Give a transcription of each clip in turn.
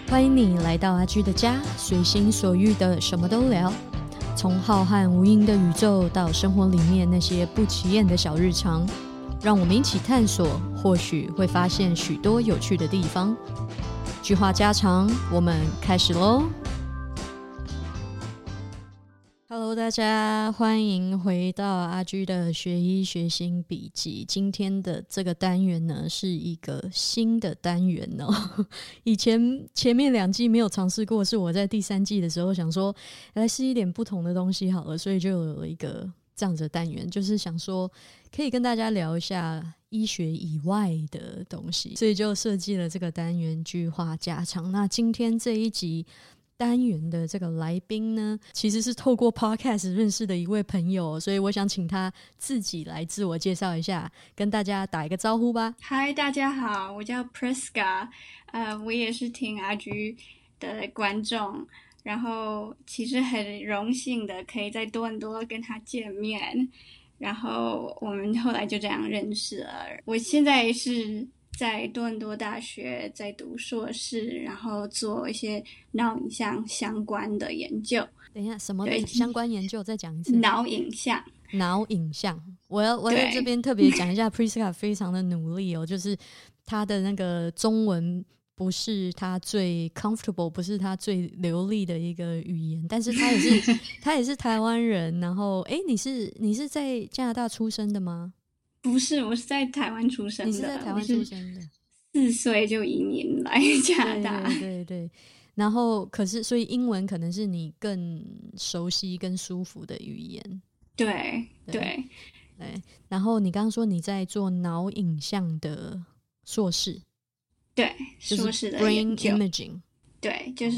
欢迎你来到阿居的家，随心所欲的什么都聊，从浩瀚无垠的宇宙到生活里面那些不起眼的小日常，让我们一起探索，或许会发现许多有趣的地方。句话家常，我们开始咯。Hello， 大家欢迎回到阿居的学医学心笔记。今天的这个单元呢，是一个新的单元哦。以前前面2季没有尝试过，是我在第3季的时候想说来试一点不同的东西好了，所以就有了一个这样子的单元，就是想说可以跟大家聊一下医学以外的东西，所以就设计了这个单元句话家常。那今天这一集单元的这个来宾呢，其实是透过 podcast 认识的一位朋友，所以我想请他自己来自我介绍一下，跟大家打一个招呼吧。 嗨，大家好，我叫 Priska， 我也是听阿居的观众，然后其实很荣幸的可以在多伦多跟他见面，然后我们后来就这样认识了。我现在是在多伦多大学在读硕士，然后做一些脑影像相关的研究。 等一下，什么的相关研究？再讲一次。 脑影像。 脑影像，我在这边特别讲一下，Priska 非常的努力哦，就是他的那个中文不是他最 comfortable， 不是他最流利的一个语言，但是他也是台湾人。然后，你是在加拿大出生的吗？ 不是，我是在台湾出生的。 你是在台湾出生的 ？4岁就移民来加拿大。 对。然后，可是所以英文可能是你更熟悉、更舒服的语言。 对。 然后你刚刚说你在做脑影像的硕士。 对，硕士的研究 brain imaging。 对，就是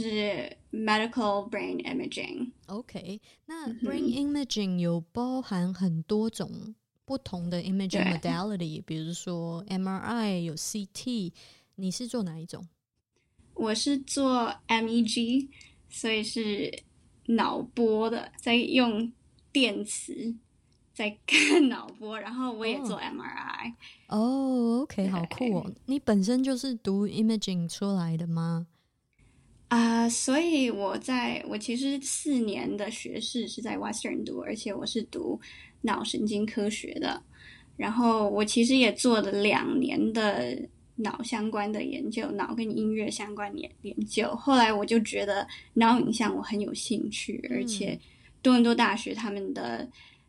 medical brain imaging。 OK， 那 brain imaging 有包含很多种不同的 imaging modality， 比如说 MRI 有 CT， 你是做哪一种？ 我是做 MEG， 所以是脑波的，在用电磁在看脑波，然后我也做 MRI。 OK， 好酷哦！你本身就是读 imaging 出来的吗？ 所以我其实4年的学士是在 Western 读，而且我是读脑神经科学的。然后我其实也做了2年的脑相关的研究，脑跟音乐相关的研究。后来我就觉得脑影像我很有兴趣，而且多伦多大学他们的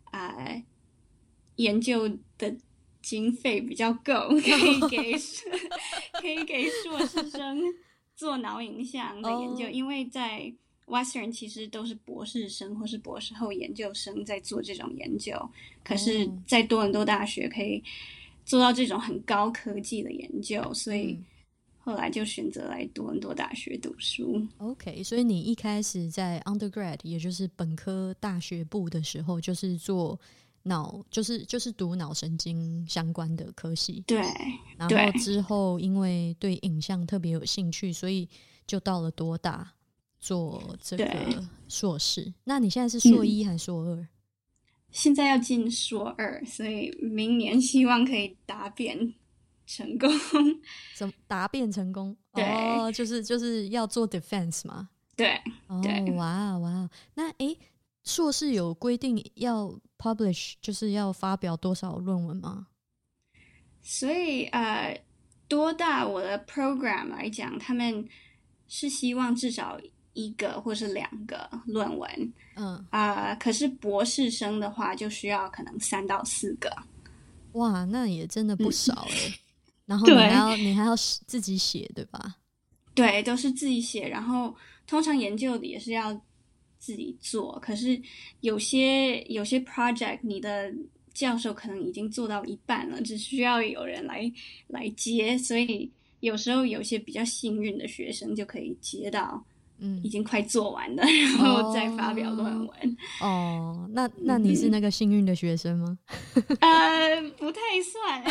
研究的经费比较够，可以给硕士生做脑影像的研究。因为在 Western 其实都是博士生或是博士后研究生在做这种研究，可是在多伦多大学可以做到这种很高科技的研究，所以后来就选择来多伦多大学读书。 OK， 所以你一开始在 undergrad， 也就是本科大学部的时候，就是做脑，就是读脑神经相关的科系。 对。 然后之后因为对影像特别有兴趣，所以就到了多大做这个硕士。那你现在是硕1还是硕2？ 现在要进硕2，所以明年希望可以答辩成功。 什么答辩成功？ 对， 就是要做 defense 嘛。 对。 哇，那硕士有规定要 publish， 就是要发表多少论文吗？ 所以多大我的 program 来讲，他们是希望至少1个或是2个论文。可是博士生的话就需要可能3到4个。 哇，那也真的不少然后你还要自己写，对吧？ 对，都是自己写，然后通常研究的也是要自己做。可是有些 project 你的教授可能已经做到一半了，只需要有人来接，所以有时候有些比较幸运的学生就可以接到已经快做完了，然后再发表论文。 那你是那个幸运的学生吗？ 不太算。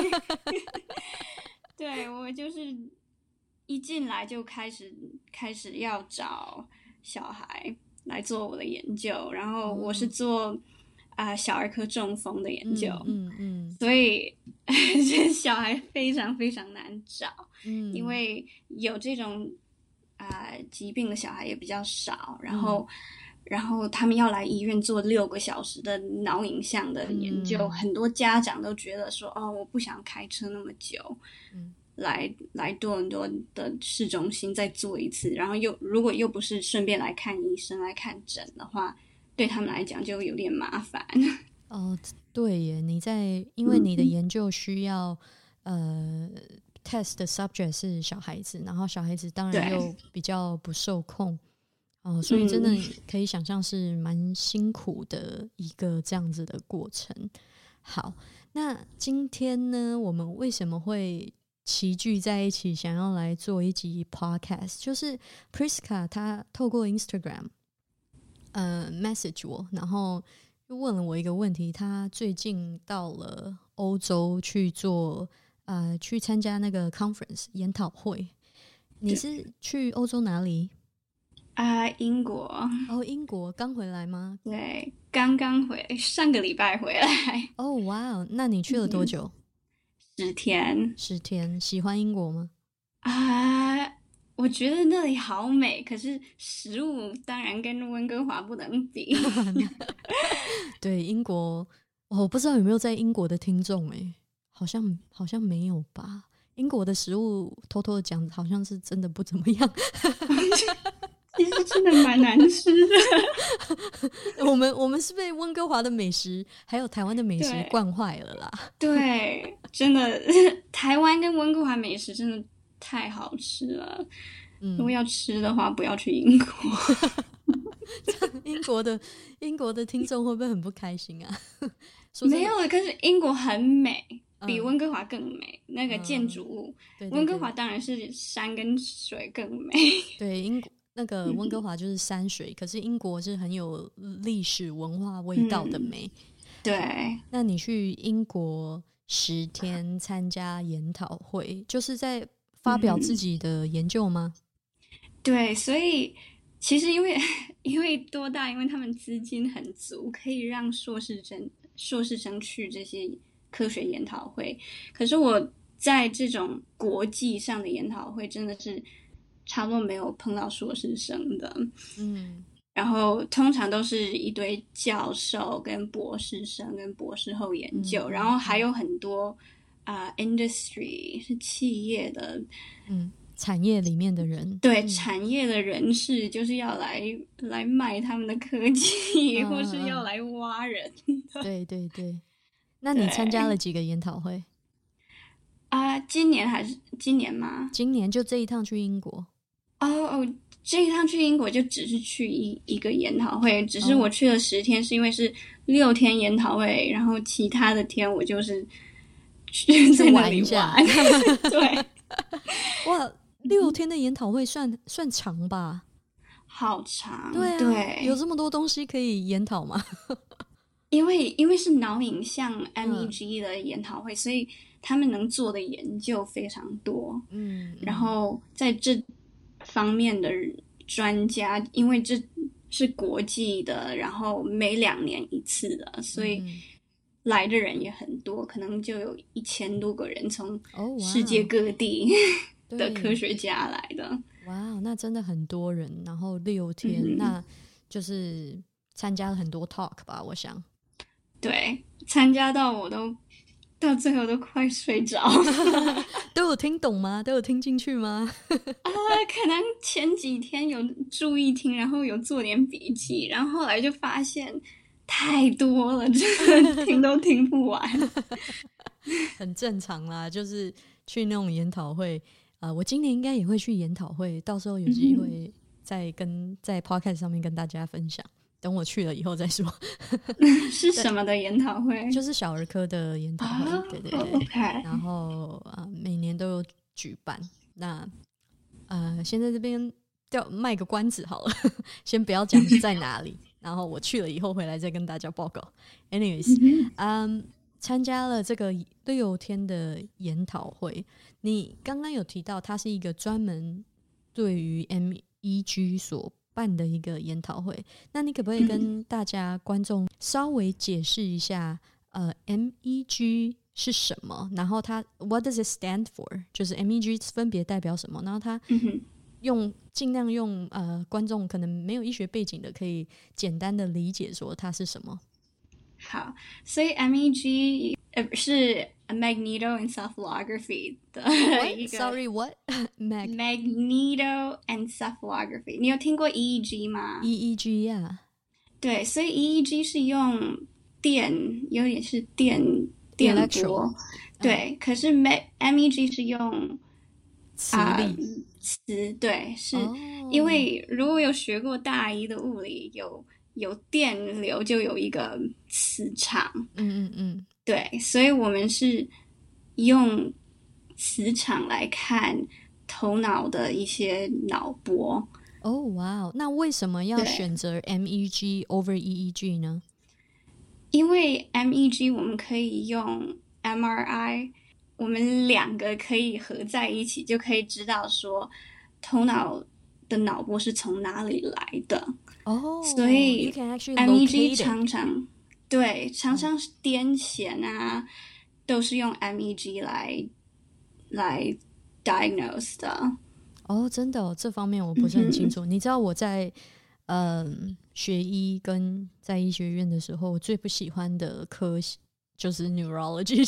对，我就是一进来就开始要找小孩来做我的研究，然后我是做小儿科中风的研究。所以这小孩非常非常难找。因为有这种疾病的小孩也比较少，然后他们要来医院做6个小时的脑影像的研究，很多家长都觉得说，我不想开车那么久，来多伦多的市中心再做一次，然后如果又不是顺便来看医生来看诊的话，对他们来讲就有点麻烦。 对耶，因为你的研究需要test 的 subject 是小孩子，然后小孩子当然又比较不受控，所以真的可以想象是蛮辛苦的一个这样子的过程。好，那今天呢，我们为什么会齐聚在一起想要来做一集 podcast， 就是 Priska 她透过 Instagram message 我，然后又问了我一个问题，她最近到了欧洲去做去参加那个 conference 研讨会。你是去欧洲哪里？ 英国。 英国刚回来吗？ 对，刚刚上个礼拜回来。 哇，那你去了多久 ？10天。 10天，喜欢英国吗？ 我觉得那里好美，可是食物当然跟温哥华不能比。 对，英国，我不知道有没有在英国的听众好像没有吧。英国的食物偷偷的讲，好像是真的不怎么样。 其实真的蛮难吃的。 我们是被温哥华的美食还有台湾的美食惯坏了啦。 对，真的，台湾跟温哥华美食真的太好吃了。如果要吃的话，不要去英国。 英国的听众会不会很不开心啊？ 没有，可是英国很美，比温哥华更美。那个建筑物，温哥华当然是山跟水更美。 对，那个温哥华就是山水，可是英国是很有历史文化味道的美。 对， 那你去英国10天参加研讨会，就是在发表自己的研究吗？ 对，所以其实因为多大，因为他们资金很足，可以让硕士生去这些科学研讨会。可是我在这种国际上的研讨会，真的是差不多没有碰到硕士生的。然后通常都是一堆教授跟博士生跟博士后研究，然后还有很多industry 是企业的， 产业里面的人， 对，产业的人士就是要来卖他们的科技，或是要来挖人。 对对对，那你参加了几个研讨会？ 今年吗？ 今年就这一趟去英国。 这一趟去英国就只是去一个研讨会，只是我去了10天，是因为是6天研讨会，然后其他的天我就是去在那里玩。对， 哇，6天的研讨会算长吧？ 好长。 对，有这么多东西可以研讨吗？ 因为是脑影像 MEG 的研讨会，所以他们能做的研究非常多。然后在这方面的专家，因为这是国际的，然后每2年一次的，所以来的人也很多，可能就有1000多个人从世界各地的科学家来的。 哇，那真的很多人，然后6天，那就是参加了很多 talk 吧，我想。 对，参加到我到最后都快睡着。 都有听懂吗？都有听进去吗？ 可能前几天有注意听，然后有做点笔记，然后后来就发现太多了，真的听都听不完。 很正常啦，就是去那种研讨会。我今年应该也会去研讨会，到时候有机会在 podcast 上面跟大家分享。等我去了以后再说。 是什么的研讨会？ 就是小儿科的研讨会。对对对。 Okay. 然后每年都有举办。那先在这边卖个关子好了，先不要讲在哪里。然后我去了以后回来再跟大家报告。Anyways，参加了这个6天的研讨会。你刚刚有提到它是一个专门对于 MEG 所办的一个研讨会，那你可不可以跟大家观众稍微解释一下MEG 是什么，然后它 What does it stand for， 就是 MEG 分别代表什么，然后它尽量用观众可能没有医学背景的可以简单的理解说它是什么。 好，所以 MEG 是 magnetoencephalography 的一个 Sorry what magnetoencephalography 你有听过 EEG 吗？ EEG 呀、 对，所以 EEG 是用电，有点是电波，对，可是 MEG 是用磁力、 磁，对，是因为如果有学过大一的物理，有电流就有一个磁场，对，所以我们是用磁场来看头脑的一些脑波。 哇，那为什么要选择 MEG over EEG 呢？ 因为 MEG 我们可以用 MRI， 我们两个可以合在一起，就可以知道说头脑的脑波是从哪里来的。所以 MEG 常常癫痫啊，都是用 MEG 来 diagnose 的。 真的这方面我不是很清楚。你知道我在学医跟在医学院的时候，我最不喜欢的科就是 neurology，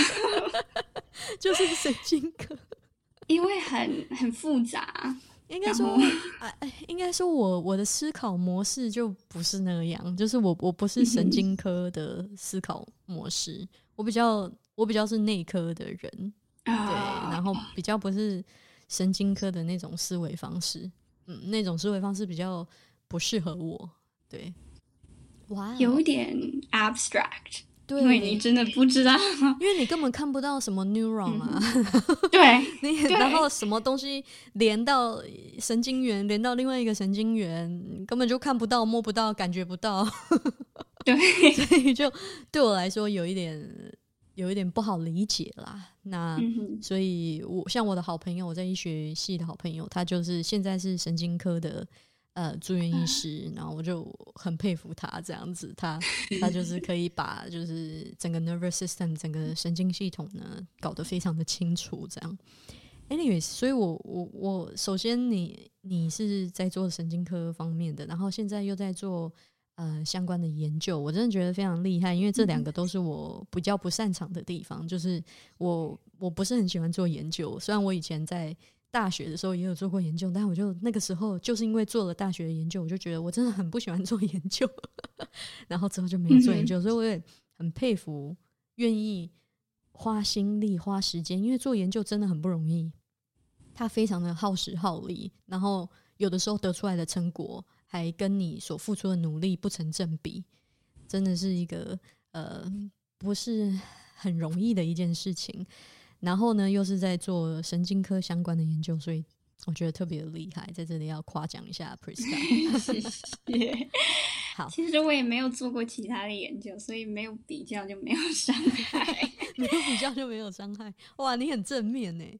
就是神经科， 因为很复杂。 应该说我的思考模式就不是那样，就是我不是神经科的思考模式，我比较是内科的人，对，然后比较不是神经科的那种思维方式，那种思维方式比较不适合我，对，哇， 有一点 abstract。 对， 因为你真的不知道， 因为你根本看不到什么 neuron 啊， 对， 然后什么东西连到神经元，连到另外一个神经元，根本就看不到、摸不到、感觉不到， 对， 所以就对我来说有一点不好理解啦。那所以像我的好朋友，我在医学系的好朋友，他就是现在是神经科的住院医师，然后我就很佩服他这样子，他就是可以把就是整个 nervous system 整个神经系统呢搞得非常的清楚这样。Anyways， 所以我首先你是在做神经科方面的，然后现在又在做相关的研究，我真的觉得非常厉害，因为这两个都是我比较不擅长的地方，就是我不是很喜欢做研究，虽然我以前在大学的时候也有做过研究，但我就那个时候就是因为做了大学的研究，我就觉得我真的很不喜欢做研究然后之后就没有做研究，所以我也很佩服愿意花心力花时间，因为做研究真的很不容易，它非常的耗时耗力，然后有的时候得出来的成果还跟你所付出的努力不成正比，真的是一个不是很容易的一件事情。然后呢，又是在做神经科相关的研究，所以我觉得特别的厉害，在这里要夸奖一下 Priska。 谢谢。 好， 其实我也没有做过其他的研究，所以没有比较就没有伤害。 没有比较就没有伤害，哇，你很正面呢。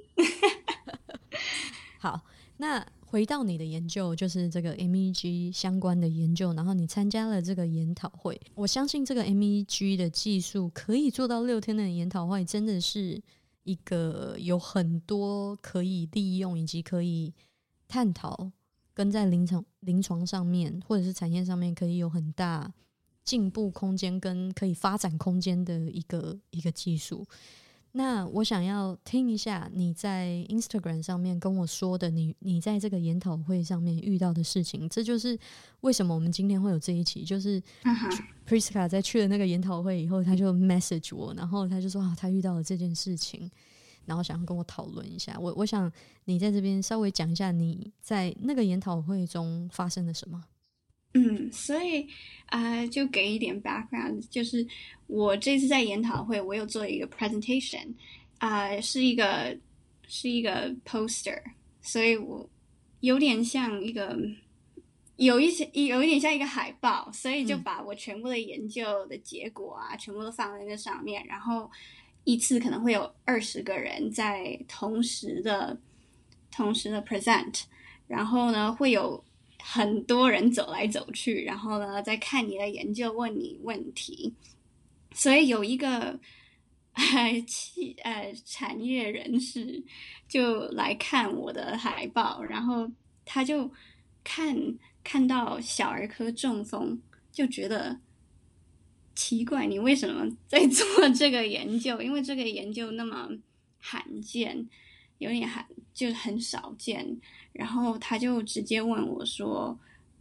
好，那回到你的研究，就是这个 MEG 相关的研究，然后你参加了这个研讨会。我相信这个 MEG 的技术可以做到6天的研讨会，真的是一个有很多可以利用以及可以探讨，跟在临床上面或者是产业上面可以有很大进步空间跟可以发展空间的一个技术。那我想要听一下你在 Instagram 上面跟我说的你在这个研讨会上面遇到的事情，这就是为什么我们今天会有这一期，就是 Priska 在去了那个研讨会以后，他就 message 我，然后他就说他遇到了这件事情，然后想要跟我讨论一下。我想你在这边稍微讲一下你在那个研讨会中发生了什么。 所以就给一点 background， 就是我这次在研讨会，我有做一个 presentation，是一个 poster， 所以我有点像一个有一点像一个海报，所以就把我全部的研究的结果全部都放在那上面，然后一次可能会有20个人在同时的 present， 然后呢会有很多人走来走去，然后呢再看你的研究，问你问题。所以有一个产业人士就来看我的海报，然后他就看到小儿科中风，就觉得奇怪，你为什么在做这个研究？因为这个研究那么罕见，有点就很少见。然后他就直接问我说：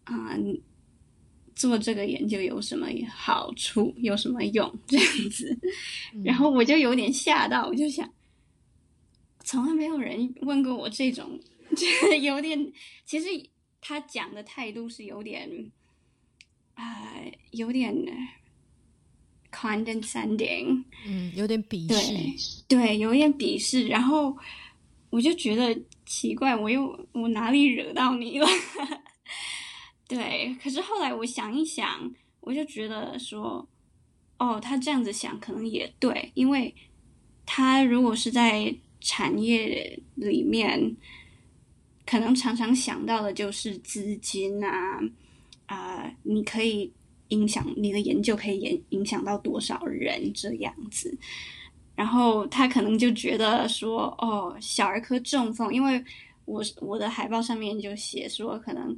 做这个研究有什么好处，有什么用这样子。然后我就有点吓到，我就想从来没有人问过我这种有点，其实他讲的态度是有点有点 condescending， 有点鄙视， 对，有点鄙视。然后我就觉得奇怪，我哪里惹到你了？对，可是后来我想一想，我就觉得说，哦，他这样子想可能也对，因为他如果是在产业里面，可能常常想到的就是资金你可以影响你的研究，可以影响到多少人这样子。然后他可能就觉得说，哦，小儿科中风，因为我的海报上面就写说，可能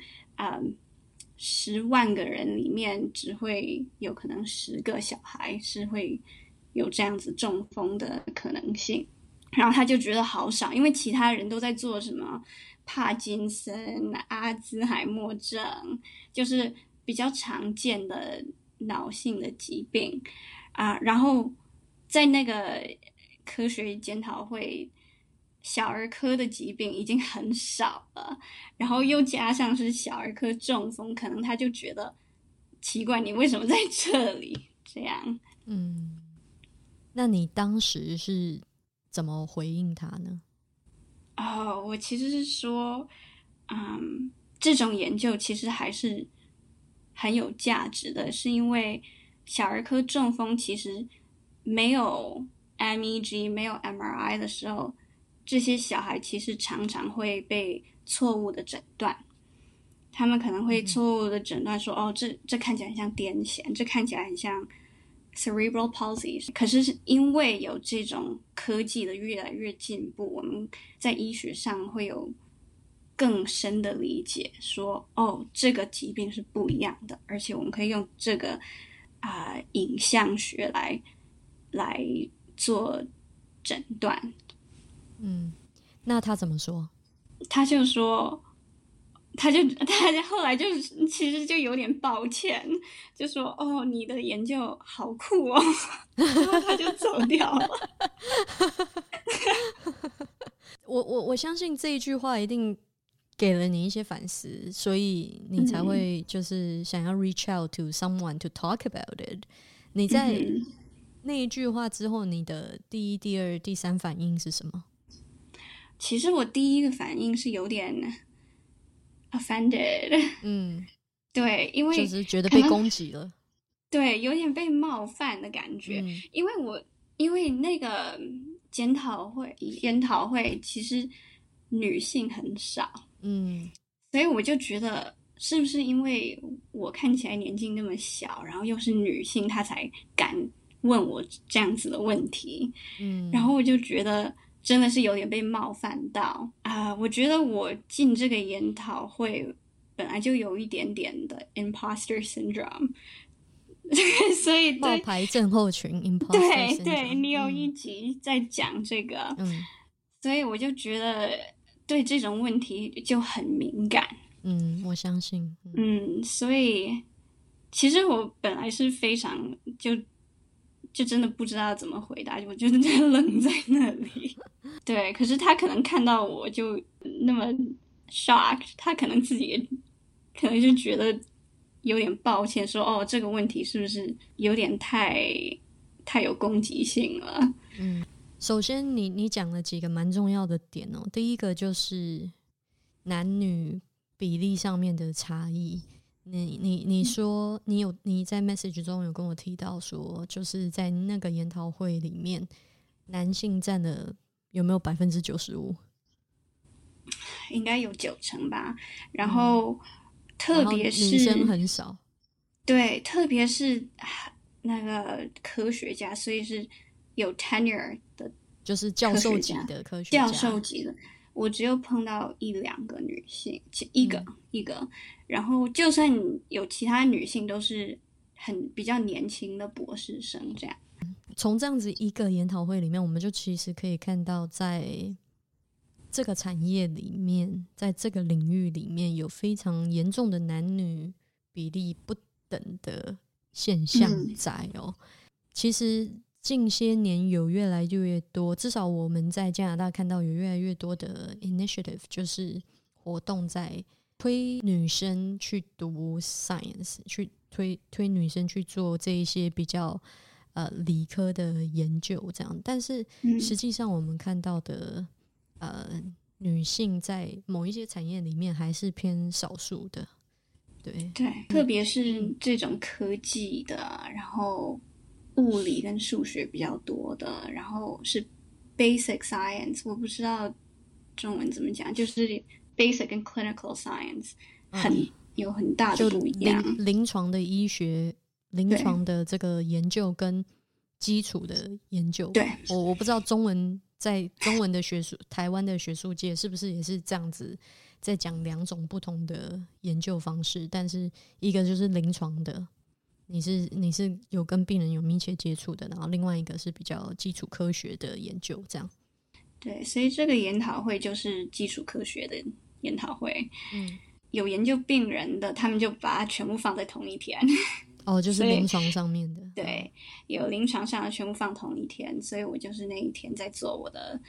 10万个人里面只会有可能10个小孩是会有这样子中风的可能性，然后他就觉得好少，因为其他人都在做什么帕金森、阿兹海默症，就是比较常见的脑性的疾病然后在那个科学检讨会，小儿科的疾病已经很少了，然后又加上是小儿科中风，可能他就觉得奇怪，你为什么在这里？这样。 那你当时是怎么回应他呢？ 我其实是说，这种研究其实还是很有价值的，是因为小儿科中风其实没有 MEG 没有 MRI 的时候，这些小孩其实常常会被错误的诊断，他们可能会错误的诊断说，哦，这看起来很像癫痫，这看起来很像 cerebral palsy。可是因为有这种科技的越来越进步，我们在医学上会有更深的理解，说，哦，这个疾病是不一样的，而且我们可以用这个影像学来做诊断。 那他怎么说？ 他就说，他后来就其实就有点抱歉，就说，哦，你的研究好酷哦，然后他就走掉了。 我相信这一句话一定给了你一些反思，所以你才会就是想要 reach out to someone to talk about it。你在那一句话之后，你的第一、第二、第三反应是什么？ 其实我第一个反应是有点 offended，对，因为就是觉得被攻击了， 对，有点被冒犯的感觉，因为那个研讨会其实女性很少，所以我就觉得是不是因为我看起来年纪那么小，然后又是女性，她才敢问我这样子的问题，然后我就觉得真的是有点被冒犯到我觉得我进这个研讨会本来就有一点点的 imposter syndrome， 所以对冒牌症候群 imposter syndrome， 对，你有一集在讲这个，所以我就觉得对这种问题就很敏感。 我相信。 所以其实我本来是非常就真的不知道怎么回答，我就愣在那里。对，可是他可能看到我就那么 shocked， 他可能自己也可能就觉得有点抱歉，说，哦，这个问题是不是有点太有攻击性了？ 首先你讲了几个蛮重要的点哦。第一个就是男女比例上面的差异。你说你在 message 中有跟我提到说，就是在那个研讨会里面，男性占了有没有95%？ 应该有90%吧。然后特别是女生很少， 对，特别是那个科学家，所以是有 tenure 的， 就是教授级的科学家， 教授级的，我只有碰到1-2个女性，一个，然后就算有其他女性，都是比较年轻的博士生这样。 从这样子一个研讨会里面，我们就其实可以看到，在这个产业里面，在这个领域里面，有非常严重的男女比例不等的现象在哦。其实近些年有越来越多，至少我们在加拿大看到有越来越多的 initiative， 就是活动在推女生去读 science， 去推女生去做这一些比较理科的研究这样。但是实际上我们看到的女性在某一些产业里面还是偏少数的。对， 特别是这种科技的，然后物理跟数学比较多的，然后是 basic science， 我不知道中文怎么讲，就是 basic 跟 clinical science 有很大的不一样。 临床的医学，临床的这个研究跟基础的研究， 对， 我不知道中文在中文的学术台湾的学术界是不是也是这样子在讲2种不同的研究方式，但是一个就是临床的，你是有跟病人有密切接触的，然后另外一个是比较基础科学的研究这样。 对，所以这个研讨会就是基础科学的研讨会。有研究病人的，他们就把它全部放在同一天。 就是临床上面的。 对，有临床上的全部放同一天，所以我就是那一天在做我的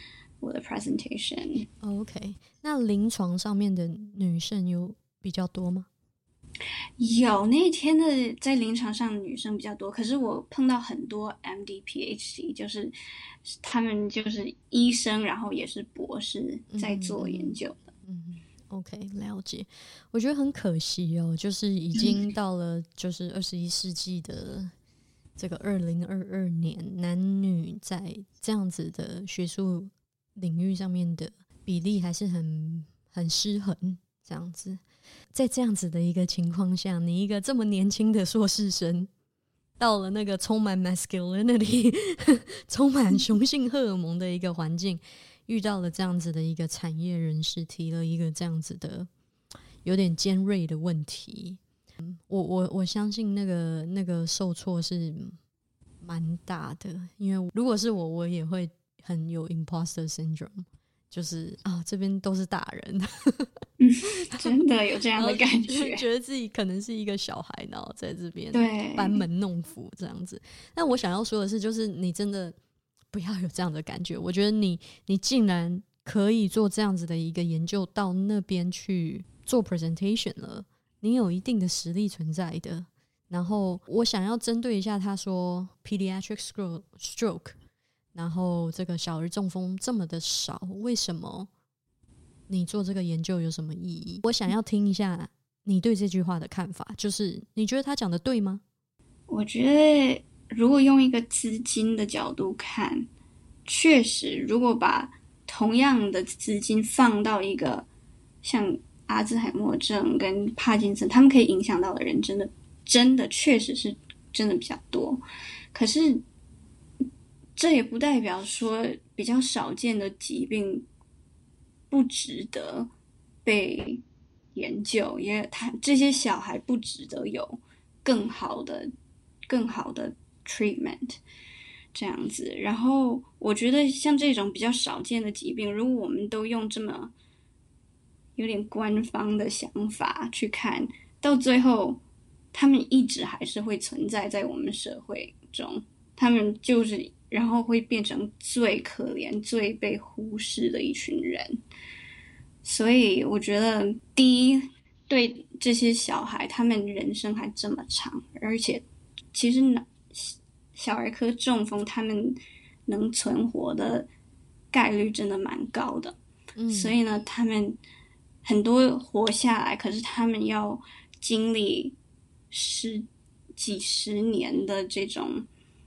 presentation。OK， 那临床上面的女生有比较多吗？ 有，那一天的在临床上的女生比较多，可是我碰到很多 MD、PhD， 就是他们就是医生，然后也是博士在做研究的。 OK， 了解。我觉得很可惜哦，就是已经到了就是21世纪的这个2022年，男女在这样子的学术领域上面的比例还是很失衡这样子。在这样子的一个情况下，你一个这么年轻的硕士生到了那个充满 masculinity 充满雄性荷尔蒙的一个环境，遇到了这样子的一个产业人士，提了一个这样子的有点尖锐的问题。我相信那个受挫是蛮大的，因为如果是我也会很有 imposter syndrome， 就是这边都是大人真的有这样的感觉， 觉得自己可能是一个小孩，然后在这边对班门弄斧这样子。但我想要说的是，就是你真的不要有这样的感觉。我觉得你竟然可以做这样子的一个研究，到那边去做 presentation 了，你有一定的实力存在的。然后我想要针对一下他说 pediatric stroke， 然后这个小儿中风这么的少，为什么你做这个研究有什么意义？我想要听一下你对这句话的看法，就是你觉得他讲的对吗？ 我觉得如果用一个资金的角度看，确实如果把同样的资金放到一个像阿兹海默症跟帕金森，他们可以影响到的人真的确实是真的比较多。可是这也不代表说比较少见的疾病不值得被研究，因为这些小孩不值得有更好的 treatment 这样子。然后我觉得像这种比较少见的疾病，如果我们都用这么有点官方的想法去看，到最后他们一直还是会存在在我们社会中，他们就是然后会变成最可怜最被忽视的一群人。所以我觉得第一，对这些小孩他们人生还这么长，而且其实小儿科中风他们能存活的概率真的蛮高的。所以呢他们很多活下来，可是他们要经历几十年的这种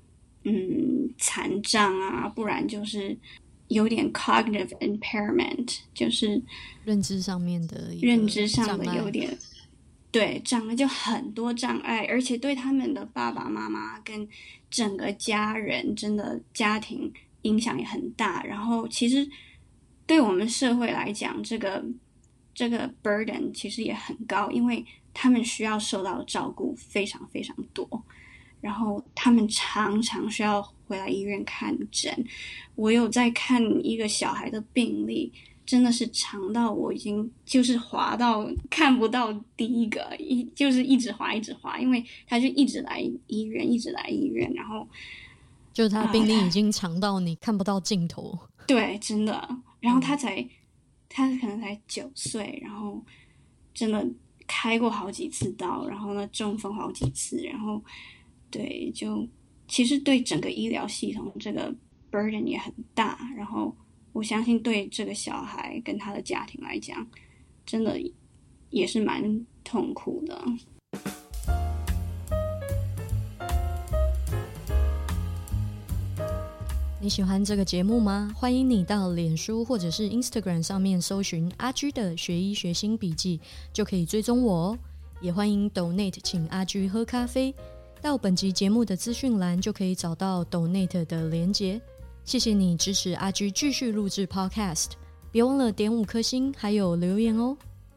残障啊，不然就是有点 cognitive impairment， 就是认知上面的有点对，长了就很多障碍，而且对他们的爸爸妈妈跟整个家人，真的家庭影响也很大。然后其实对我们社会来讲，这个 burden 其实也很高，因为他们需要受到的照顾非常非常多，然后他们常常需要回来医院看诊。我有在看一个小孩的病历，真的是长到我已经就是滑到看不到第一个，就是一直滑一直滑，因为他就一直来医院，一直来医院，然后就是他的病历已经长到你看不到尽头。 对，真的。然后他可能才9岁，然后真的开过好几次刀，然后呢中风好几次，然后对，就其实对整个医疗系统这个 burden 也很大，然后我相信对这个小孩跟他的家庭来讲，真的也是蛮痛苦的。 你喜欢这个节目吗？欢迎你到脸书或者是 Instagram 上面搜寻阿居的学医学新笔记，就可以追踪我哦。也欢迎 Donate 请阿居喝咖啡，到本集节目的资讯栏就可以找到 Donate 的连结。谢谢你支持阿居继续录制 Podcast， 别忘了点5颗星还有留言哦。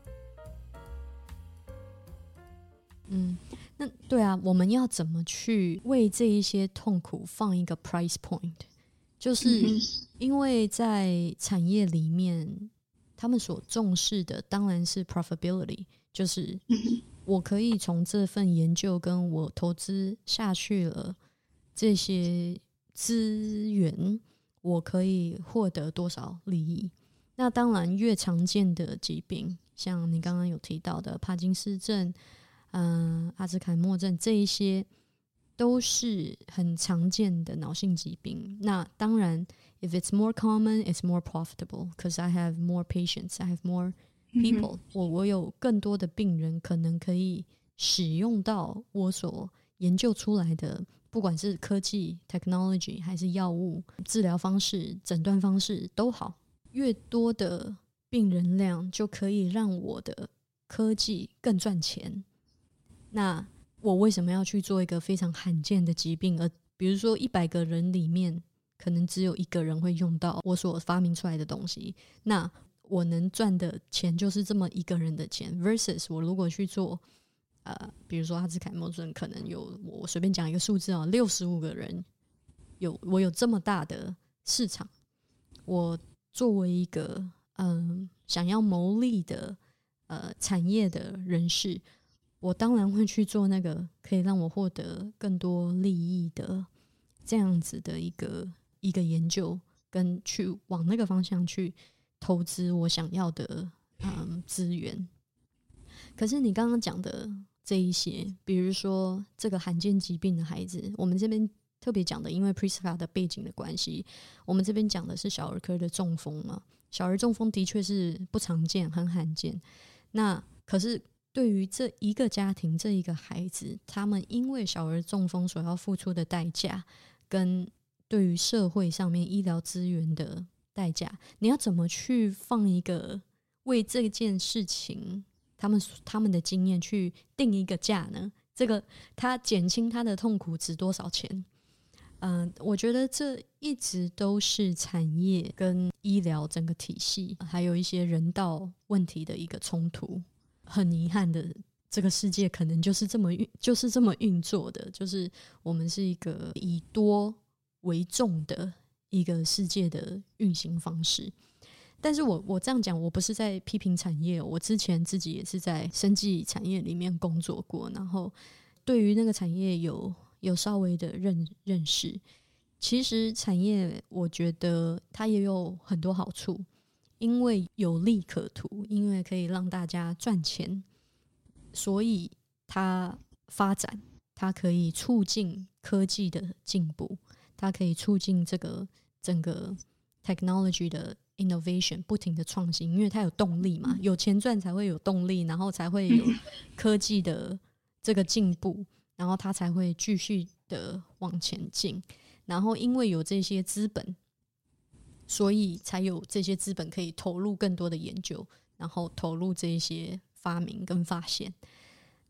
那对啊，我们要怎么去为这一些痛苦放一个 price point？就是因为在产业里面，他们所重视的当然是 profitability， 就是我可以从这份研究跟我投资下去了这些资源，我可以获得多少利益。那当然越常见的疾病，像你刚刚有提到的帕金斯症、阿兹海默症，这一些都是很常见的脑性疾病。那当然 if it's more common, it's more profitable because I have more patients, I have more people，我有更多的病人可能可以使用到我所研究出来的，不管是科技 technology 还是药物治疗方式诊断方式都好，越多的病人量就可以让我的科技更赚钱。那我为什么要去做一个非常罕见的疾病，而比如说100个人里面可能只有1个人会用到我所发明出来的东西，那我能赚的钱就是这么1个人的钱 versus 我如果去做比如说阿兹海默症，可能有我随便讲一个数字哦，65个人我有这么大的市场，我作为一个想要牟利的产业的人士，我当然会去做那个可以让我获得更多利益的这样子的一个研究，跟去往那个方向去投资我想要的资源。可是你刚刚讲的这一些，比如说这个罕见疾病的孩子，我们这边特别讲的，因为 Priska 的背景的关系，我们这边讲的是小儿科的中风嘛。小儿中风的确是不常见，很罕见。那可是对于这一个家庭，这一个孩子，他们因为小儿中风所要付出的代价，跟对于社会上面医疗资源的代价，你要怎么去放一个为这件事情他们的经验去定一个价呢？这个他减轻他的痛苦值多少钱？我觉得这一直都是产业跟医疗整个体系还有一些人道问题的一个冲突。很遗憾的，这个世界可能就是这么运作的，就是我们是一个以多为重的一个世界的运行方式。但是我这样讲，我不是在批评产业，我之前自己也是在生技产业里面工作过，然后对于那个产业有稍微的认识。其实产业我觉得它也有很多好处，因为有利可图，因为可以让大家赚钱，所以它发展，它可以促进科技的进步，它可以促进这个整个 technology 的 innovation 不停的创新，因为它有动力嘛，有钱赚才会有动力，然后才会有科技的这个进步，然后它才会继续的往前进。然后因为有这些资本，所以才有这些资本可以投入更多的研究，然后投入这些发明跟发现。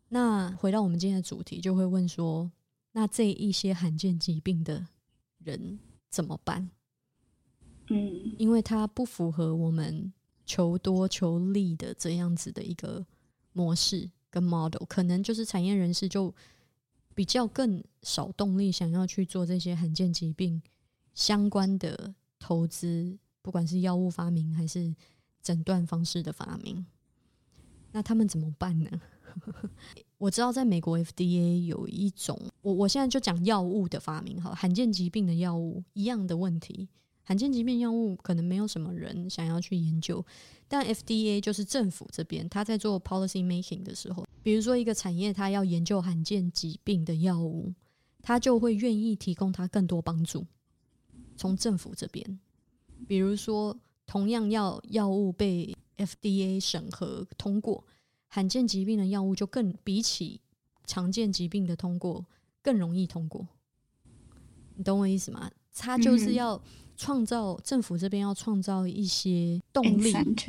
那回到我们今天的主题，就会问说，那这一些罕见疾病的人怎么办？因为它不符合我们求多求利的这样子的一个模式跟 model， 可能就是产业人士就比较更少动力想要去做这些罕见疾病相关的投资，不管是药物发明还是诊断方式的发明。那他们怎么办呢？我知道在美国 FDA 有一种，我现在就讲药物的发明好了，罕见疾病的药物一样的问题。罕见疾病药物可能没有什么人想要去研究，但 FDA 就是政府这边他在做 policy making 的时候，比如说一个产业他要研究罕见疾病的药物，他就会愿意提供他更多帮助。从政府这边，比如说同样药物被 FDA 审核通过，罕见疾病的药物就更比起常见疾病的通过更容易通过。你懂我意思吗？他就是要创造，政府这边要创造一些动力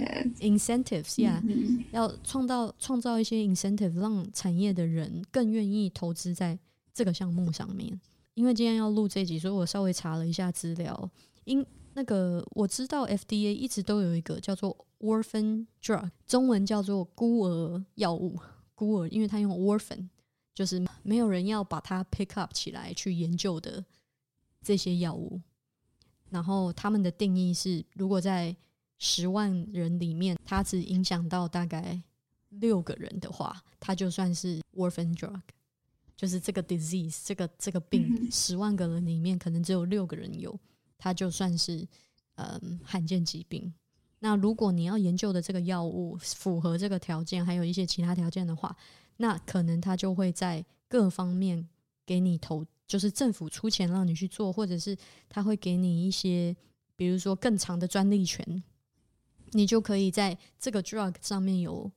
incentives yeah，要创造一些 incentive， 让产业的人更愿意投资在这个项目上面。因为今天要录这集，所以我稍微查了一下资料。那个我知道 FDA 一直都有一个叫做 orphan drug， 中文叫做孤儿药物。孤儿因为它用 orphan， 就是没有人要把它 pick up 起来去研究的这些药物。然后他们的定义是，如果在10万人里面它只影响到大概6个人的话，它就算是 orphan drug， 就是这个 disease 这个病10万个人里面可能只有6个人有，它就算是罕见疾病。那如果你要研究的这个药物符合这个条件还有一些其他条件的话，那可能它就会在各方面给你就是政府出钱让你去做，或者是他会给你一些比如说更长的专利权，你就可以在这个 drug 上面有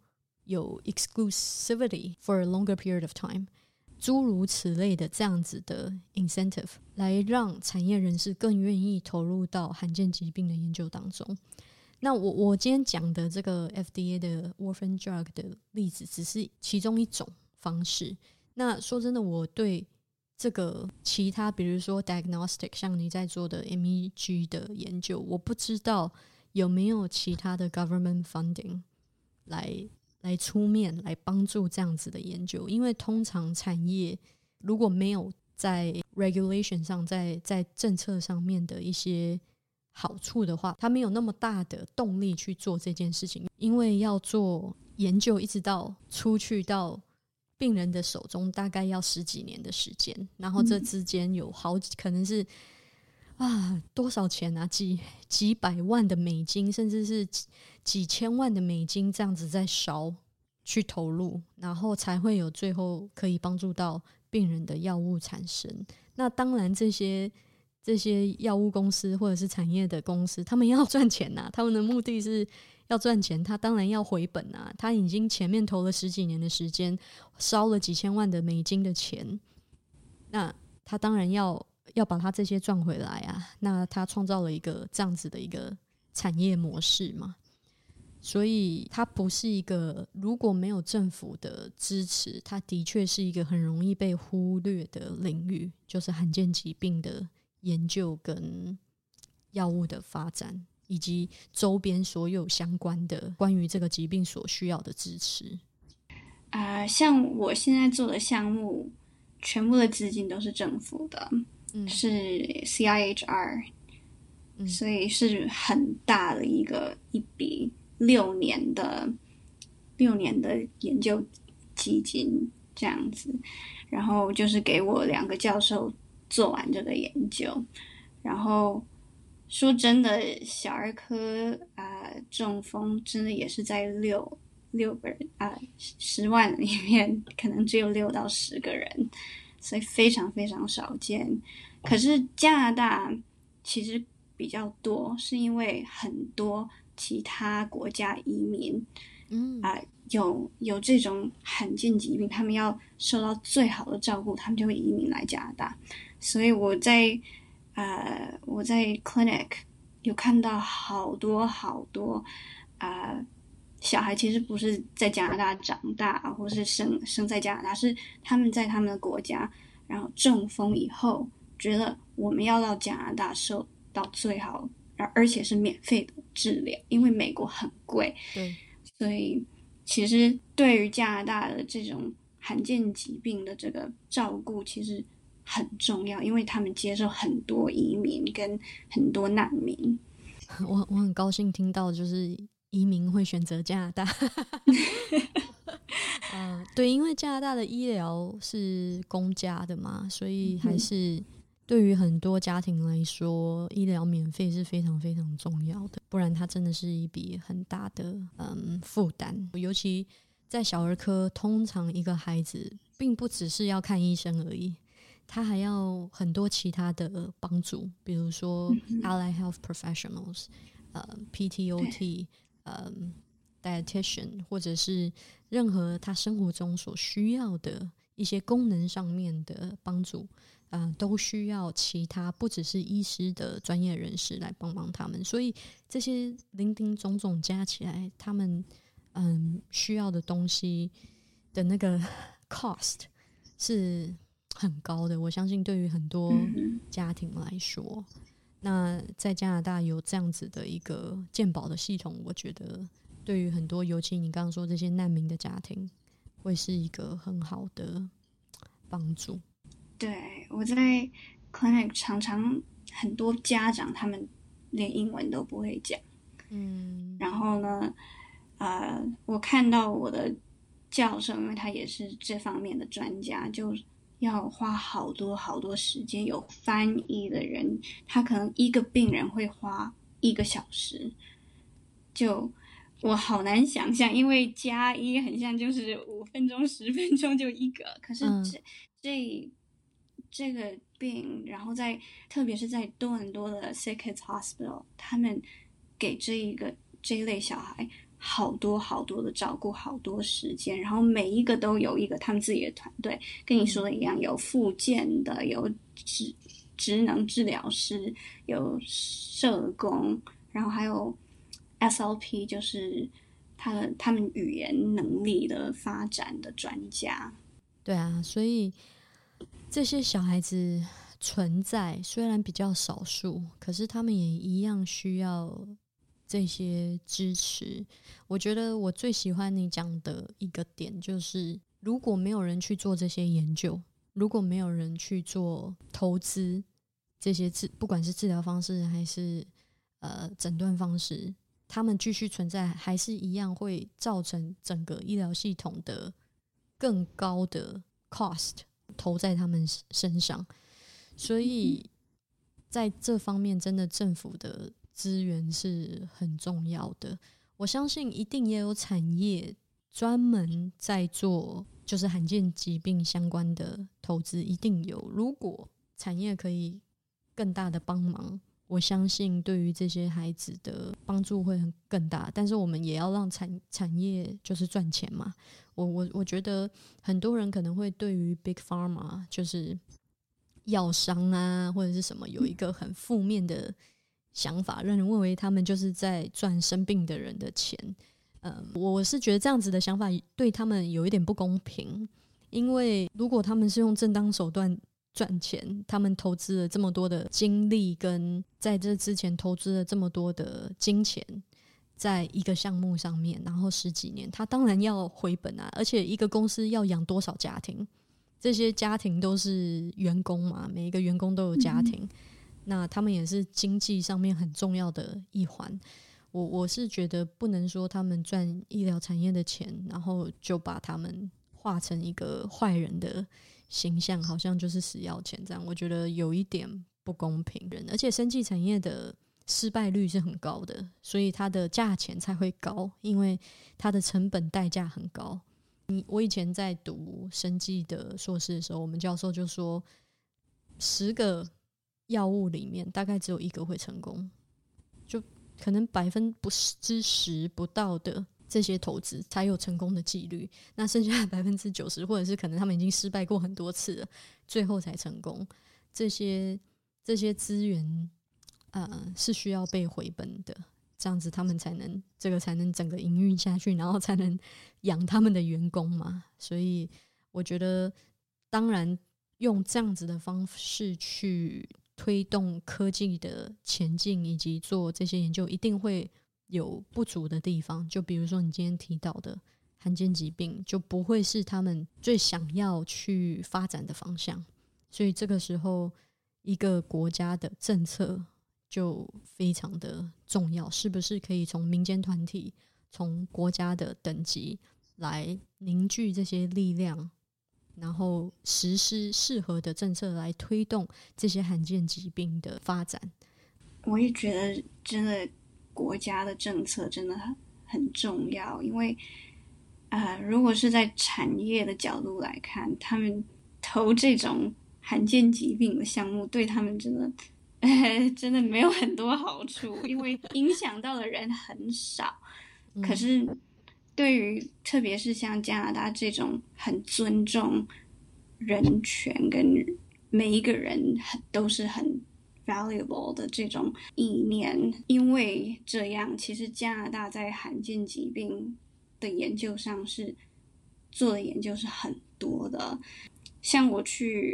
exclusivity for a longer period of time， 诸如此类的这样子的 incentive， 来让产业人士更愿意投入到罕见疾病的研究当中。那我今天讲的这个 FDA 的 orphan drug 的例子只是其中一种方式。那说真的，我对这个其他比如说 diagnostic 像你在做的 MEG 的研究，我不知道有没有其他的 government funding 来出面来帮助这样子的研究。因为通常产业如果没有在 regulation 上在政策上面的一些好处的话，他没有那么大的动力去做这件事情。因为要做研究一直到出去到病人的手中大概要10几年的时间，然后这之间有可能是多少钱啊，几百万的美金甚至是几千万的美金这样子在烧去投入，然后才会有最后可以帮助到病人的药物产生。那当然这些药物公司或者是产业的公司他们要赚钱啊，他们的目的是要赚钱，他当然要回本啊，他已经前面投了10几年的时间，烧了几千万的美金的钱，那他当然要把他这些赚回来啊。那他创造了一个这样子的一个产业模式嘛，所以它不是一个，如果没有政府的支持，它的确是一个很容易被忽略的领域，就是罕见疾病的研究跟药物的发展以及周边所有相关的关于这个疾病所需要的支持。 像我现在做的项目全部的资金都是政府的，是 CIHR，所以是很大的一笔6年的研究基金这样子，然后就是给我2个教授做完这个研究。然后说真的，小儿科中风真的也是在6个人10万里面可能只有6到10个人，所以非常非常少见。可是加拿大其实比较多，是因为很多其他国家移民有这种罕见疾病，他们要受到最好的照顾，他们就会移民来加拿大。所以我在 clinic 有看到好多小孩其实不是在加拿大长大，或是生在加拿大，是他们在他们的国家，然后中风以后，觉得我们要到加拿大受到最好，而且是免费的治疗，因为美国很贵， 对， 所以其实对于加拿大的这种罕见疾病的这个照顾，其实很重要，因为他们接受很多移民跟很多难民。 我很高兴听到就是移民会选择加拿大对，因为加拿大的医疗是公家的嘛，所以还是对于很多家庭来说，医疗免费是非常非常重要的，不然它真的是一笔很大的负担。尤其在小儿科，通常一个孩子并不只是要看医生而已，他还要很多其他的帮助，比如说 Allied Health Professionals、PTOT、dietitian， 或者是任何他生活中所需要的一些功能上面的帮助，都需要其他不只是医师的专业人士来帮忙他们。所以这些林林总总加起来，他们需要的东西的那个 cost 是很高的，我相信对于很多家庭来说，那在加拿大有这样子的一个健保的系统，我觉得对于很多，尤其你刚刚说这些难民的家庭，会是一个很好的帮助。 对，我在 clinic 常常很多家长他们连英文都不会讲，然后呢，我看到我的教授，因为他也是这方面的专家，就要花好多好多时间，有翻译的人，他可能一个病人会花1个小时，就我好难想象，因为加一很像就是5分钟、10分钟就一个，可是这个病，然后特别是在多伦多的 Sick Kids Hospital， 他们给这一类小孩好多好多的照顾，好多时间，然后每一个都有一个他们自己的团队，跟你说的一样，有复健的，有职能治疗师，有社工，然后还有 SLP， 就是他们语言能力的发展的专家。 对啊，所以这些小孩子存在虽然比较少数，可是他们也一样需要这些支持。我觉得我最喜欢你讲的一个点就是，如果没有人去做这些研究，如果没有人去做投资，这些不管是治疗方式还是诊断方式，他们继续存在，还是一样会造成整个医疗系统的更高的 cost 投在他们身上。所以在这方面，真的政府的资源是很重要的。我相信一定也有产业专门在做就是罕见疾病相关的投资，一定有。如果产业可以更大的帮忙，我相信对于这些孩子的帮助会更大。但是我们也要让产业就是赚钱嘛。我觉得很多人可能会对于 Big Pharma 就是药商啊或者是什么有一个很负面的想法，认为他们就是在赚生病的人的钱。我是觉得这样子的想法对他们有一点不公平，因为如果他们是用正当手段赚钱，他们投资了这么多的精力，跟在这之前投资了这么多的金钱在一个项目上面，然后10几年，他当然要回本啊。而且一个公司要养多少家庭，这些家庭都是员工嘛，每一个员工都有家庭，那他们也是经济上面很重要的一环。我是觉得不能说他们赚医疗产业的钱，然后就把他们画成一个坏人的形象，好像就是死要钱这样，我觉得有一点不公平。而且生技产业的失败率是很高的，所以它的价钱才会高，因为它的成本代价很高。我以前在读生技的硕士的时候，我们教授就说10个药物里面大概只有1个会成功，就可能10%不到的这些投资才有成功的几率，那剩下的90%或者是可能他们已经失败过很多次了，最后才成功。这些资源是需要被回本的， 这样子他们才能整个营运下去，然后才能养他们的员工嘛。所以我觉得当然用这样子的方式去推动科技的前进以及做这些研究，一定会有不足的地方。就比如说你今天提到的罕见疾病，就不会是他们最想要去发展的方向。所以这个时候一个国家的政策就非常的重要，是不是可以从民间团体从国家的等级来凝聚这些力量，然后实施适合的政策来推动这些罕见疾病的发展。 我也觉得真的国家的政策真的很重要，因为如果是在产业的角度来看，他们投这种罕见疾病的项目对他们真的没有很多好处，因为影响到的人很少。可是对于特别是像加拿大这种很尊重人权跟每一个人都是很 valuable 的这种意念，因为这样其实加拿大在罕见疾病的研究上是做的研究是很多的。像我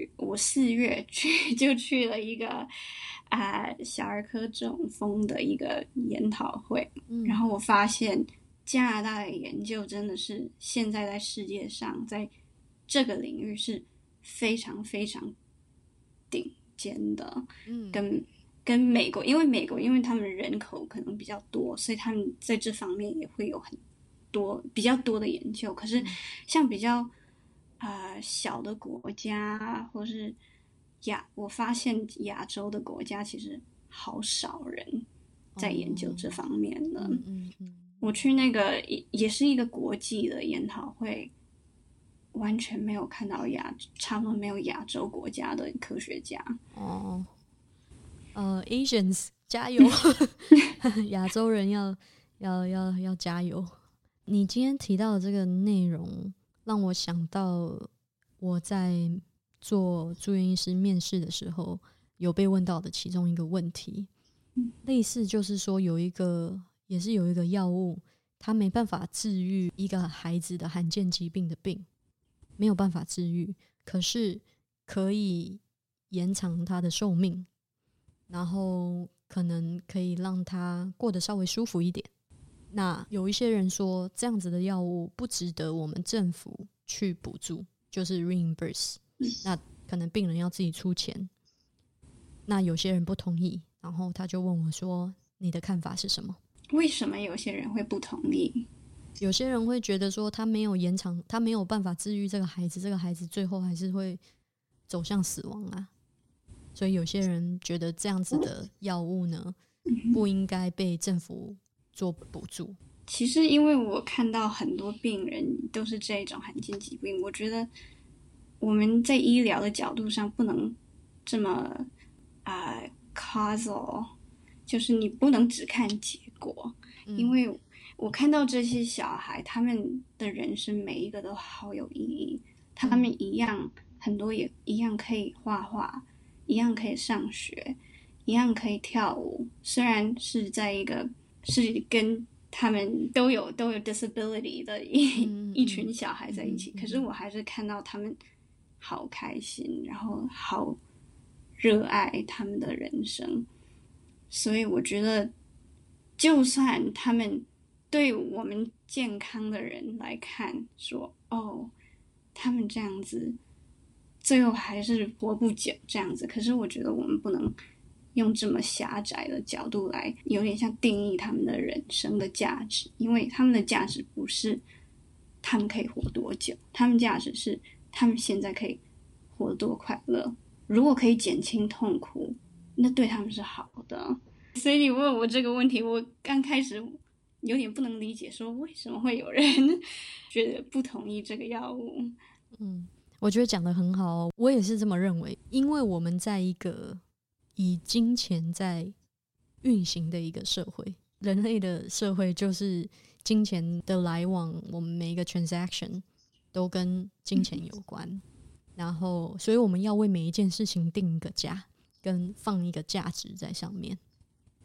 4月就去了一个小儿科中风的一个研讨会，然后我发现加拿大的研究真的是现在在世界上在这个领域是非常非常顶尖的，跟美国，因为他们人口可能比较多，所以他们在这方面也会有比较多的研究。可是像比较小的国家，或是我发现亚洲的国家其实好少人在研究这方面的。我去那个也是一个国际的研讨会，完全没有看到差不多没有亚洲国家的科学家。 Asians 加油亚洲人要加油。你今天提到的这个内容让我想到我在做住院医师面试的时候有被问到的其中一个问题，类似就是说有一个药物，它没办法治愈一个孩子的罕见疾病的病，没有办法治愈，可是可以延长他的寿命，然后可能可以让他过得稍微舒服一点。那有一些人说这样子的药物不值得我们政府去补助，就是 reimburse， 那可能病人要自己出钱。那有些人不同意，然后他就问我说你的看法是什么？ 为什么有些人会不同意？ 有些人会觉得说他没有延长，他没有办法治愈这个孩子，这个孩子最后还是会走向死亡啊。所以有些人觉得这样子的药物呢不应该被政府做补助。 其实因为我看到很多病人都是这种罕见疾病，我觉得我们在医疗的角度上不能这么causal， 就是你不能只看结果，因为我看到这些小孩他们的人生每一个都好有意义，他们一样很多也一样可以画画，一样可以上学，一样可以跳舞，虽然是在一个是跟他们都有 disability 的一群小孩在一起，可是我还是看到他们好开心，然后好热爱他们的人生。所以我觉得就算他们对我们健康的人来看说他们这样子最后还是活不久这样子，可是我觉得我们不能用这么狭窄的角度来有点像定义他们的人生的价值，因为他们的价值不是他们可以活多久，他们价值是他们现在可以活得多快乐，如果可以减轻痛苦，那对他们是好的。所以你问我这个问题，我刚开始有点不能理解，说为什么会有人觉得不同意这个药物。 我觉得讲得很好，我也是这么认为，因为我们在一个以金钱在运行的一个社会，人类的社会就是金钱的来往，我们每一个 transaction 都跟金钱有关，然后所以我们要为每一件事情定一个价，跟放一个价值在上面。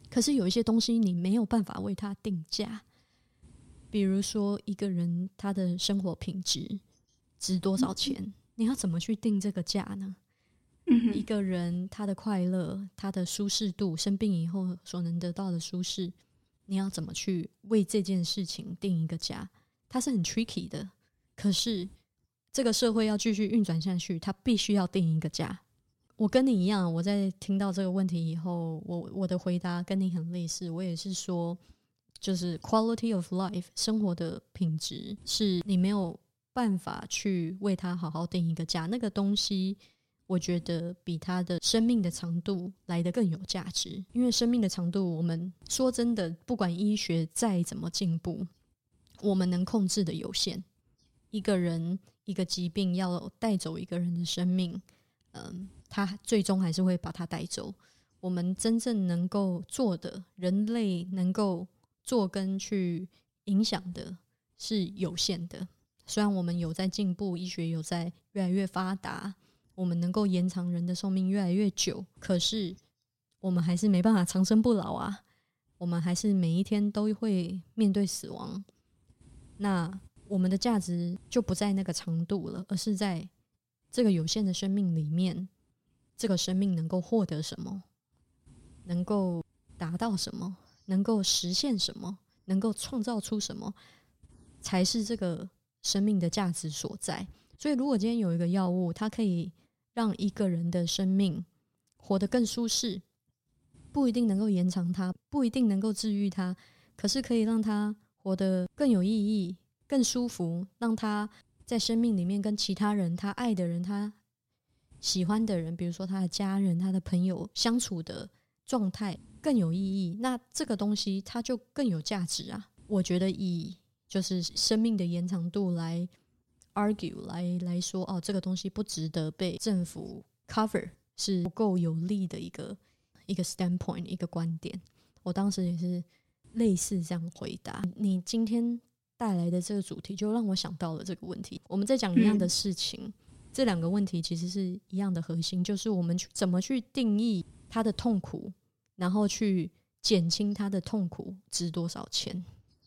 可是有一些东西你没有办法为它定价，比如说一个人他的生活品质值多少钱，你要怎么去定这个价呢？一个人他的快乐，他的舒适度，生病以后所能得到的舒适，你要怎么去为这件事情定一个价？它是很 tricky 的，可是这个社会要继续运转下去，它必须要定一个价。我跟你一样，我在听到这个问题以后，我的回答跟你很类似，我也是说，就是 quality of life 生活的品质是你没有办法去为它好好定一个价，那个东西我觉得比它的生命的长度来得更有价值。因为生命的长度，我们说真的，不管医学再怎么进步，我们能控制的有限。一个人一个疾病要带走一个人的生命，他最终还是会把他带走。我们真正能够做的，人类能够做跟去影响的是有限的。虽然我们有在进步，医学有在越来越发达，我们能够延长人的寿命越来越久，可是我们还是没办法长生不老啊，我们还是每一天都会面对死亡。那我们的价值就不在那个长度了，而是在这个有限的生命里面，这个生命能够获得什么，能够达到什么，能够实现什么，能够创造出什么，才是这个生命的价值所在。所以如果今天有一个药物，它可以让一个人的生命活得更舒适，不一定能够延长它，不一定能够治愈它，可是可以让他活得更有意义，更舒服，让他在生命里面跟其他人，他爱的人，他喜欢的人，比如说他的家人，他的朋友相处的状态更有意义，那这个东西它就更有价值啊。我觉得以就是生命的延长度来 argue 来说，哦，这个东西不值得被政府 cover， 是不够有利的一个 standpoint， 一个观点。我当时也是类似这样回答。你今天带来的这个主题就让我想到了这个问题。我们在讲一样的事情，这两个问题其实是一样的核心，就是我们怎么去定义他的痛苦，然后去减轻他的痛苦值多少钱。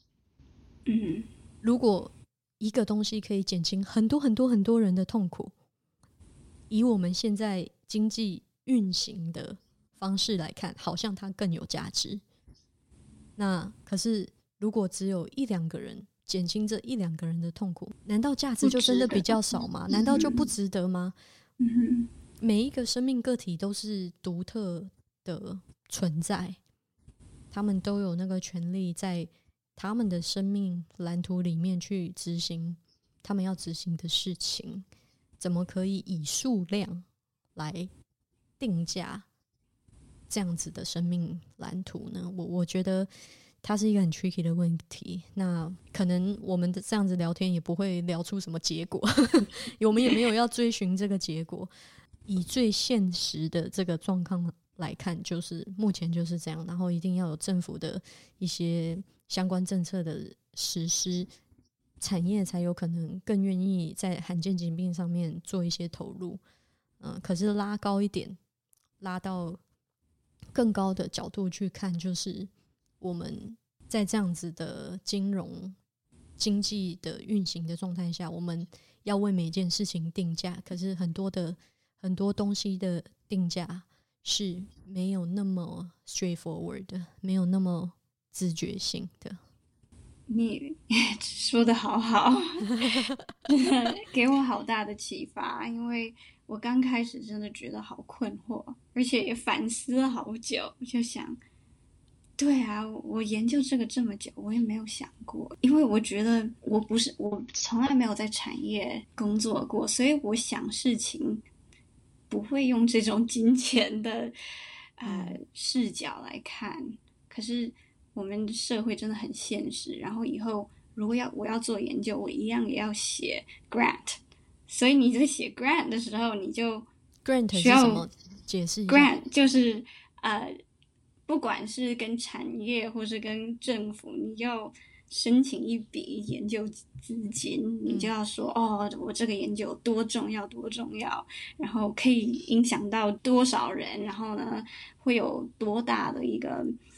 如果一个东西可以减轻很多很多很多人的痛苦，以我们现在经济运行的方式来看，好像它更有价值。那可是如果只有一两个人减轻这一两个人的痛苦，难道价值就真的比较少吗？难道就不值得吗？每一个生命个体都是独特的存在，他们都有那个权利在他们的生命蓝图里面去执行他们要执行的事情，怎么可以以数量来定价这样子的生命蓝图呢？我觉得它是一个很 tricky 的问题。那可能我们的这样子聊天也不会聊出什么结果我们也没有要追寻这个结果。以最现实的这个状况来看，就是目前就是这样，然后一定要有政府的一些相关政策的实施，产业才有可能更愿意在罕见疾病上面做一些投入。可是拉高一点，拉到更高的角度去看，就是我们在这样子的金融经济的运行的状态下，我们要为每件事情定价，可是很多东西的定价是没有那么 straightforward 的，没有那么自觉性的。 你说的好好真的给我好大的启发，因为我刚开始真的觉得好困惑，而且也反思了好久，就想对啊，我研究这个这么久，我也没有想过，因为我觉得我从来没有在产业工作过，所以我想事情不会用这种金钱的视角来看。可是我们社会真的很现实，然后以后如果我要做研究，我一样也要写 grant， 所以你在写 grant 的时候，你就 grant 是什么？解释一下。 grant 就是不管是跟产业或是跟政府，你要申请一笔研究资金，你就要说我这个研究有多重要多重要，然后可以影响到多少人，然后呢会有多大的一个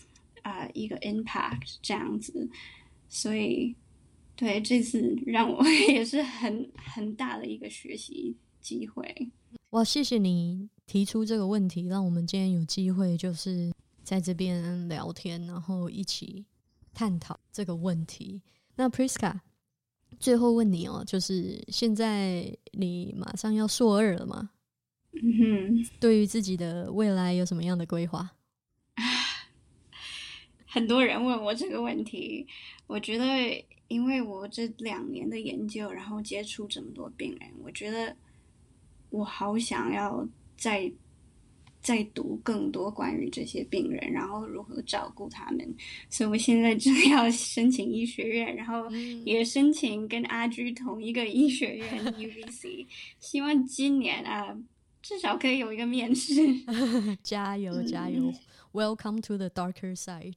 一个 impact 这样子，所以对这次让我也是很大的一个学习机会。 哇，谢谢你提出这个问题，让我们今天有机会就是在这边聊天，然后一起探讨这个问题。那 Priska 最后问你就是现在你马上要硕2了嘛？对于自己的未来有什么样的规划？ 很多人问我这个问题，我觉得因为我这2年的研究，然后接触这么多病人，我觉得我好想要再读更多关于这些病人，然后如何照顾他们，所以我现在正要申请医学院，然后也申请跟阿居同一个医学院UBC， 希望今年至少可以有一个面试。 加油加油！Welcome to the darker side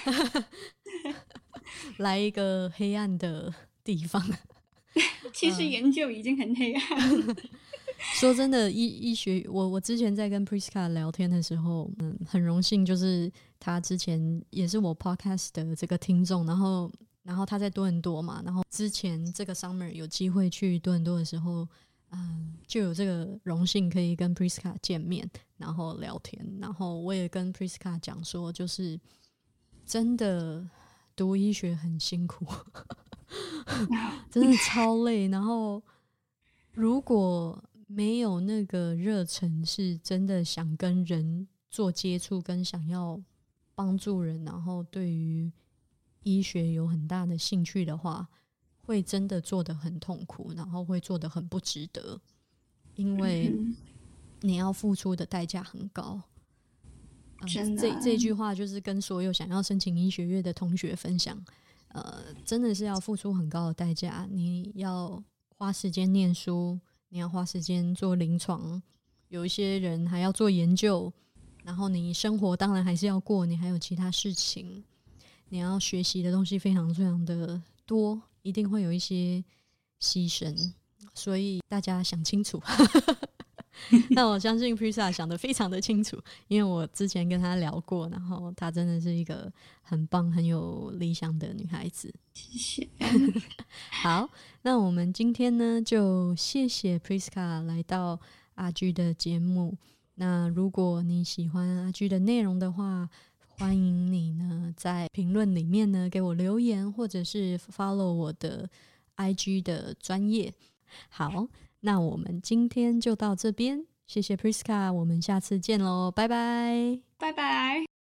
来一个黑暗的地方。 其实研究已经很黑暗。 说真的，医学，我之前在跟 Priska 聊天的时候，很荣幸，就是他之前也是我 podcast 的这个听众，然后他在多伦多嘛，然后之前这个 summer 有机会去多伦多的时候，就有这个荣幸可以跟 Priska 见面，然后聊天，然后我也跟 Priska 讲说，就是真的读医学很辛苦，真的超累，然后如果没有那个热忱，是真的想跟人做接触，跟想要帮助人，然后对于医学有很大的兴趣的话，会真的做得很痛苦，然后会做得很不值得，因为你要付出的代价很高。 真的， 这句话就是跟所有想要申请医学院的同学分享，真的是要付出很高的代价，你要花时间念书，你要花时间做临床，有一些人还要做研究，然后你生活当然还是要过，你还有其他事情，你要学习的东西非常非常的多，一定会有一些牺牲，所以大家想清楚。那我相信 Priska 想得非常的清楚，因为我之前跟她聊过，然后她真的是一个很棒很有理想的女孩子。 谢谢。 好，那我们今天呢就谢谢 Priska 来到阿居的节目。那如果你喜欢阿居的内容的话，欢迎你呢在评论里面呢给我留言，或者是 follow 我的 IG 的专页。好，那我们今天就到这边，谢谢 Priska， 我们下次见咯，拜拜， 拜拜。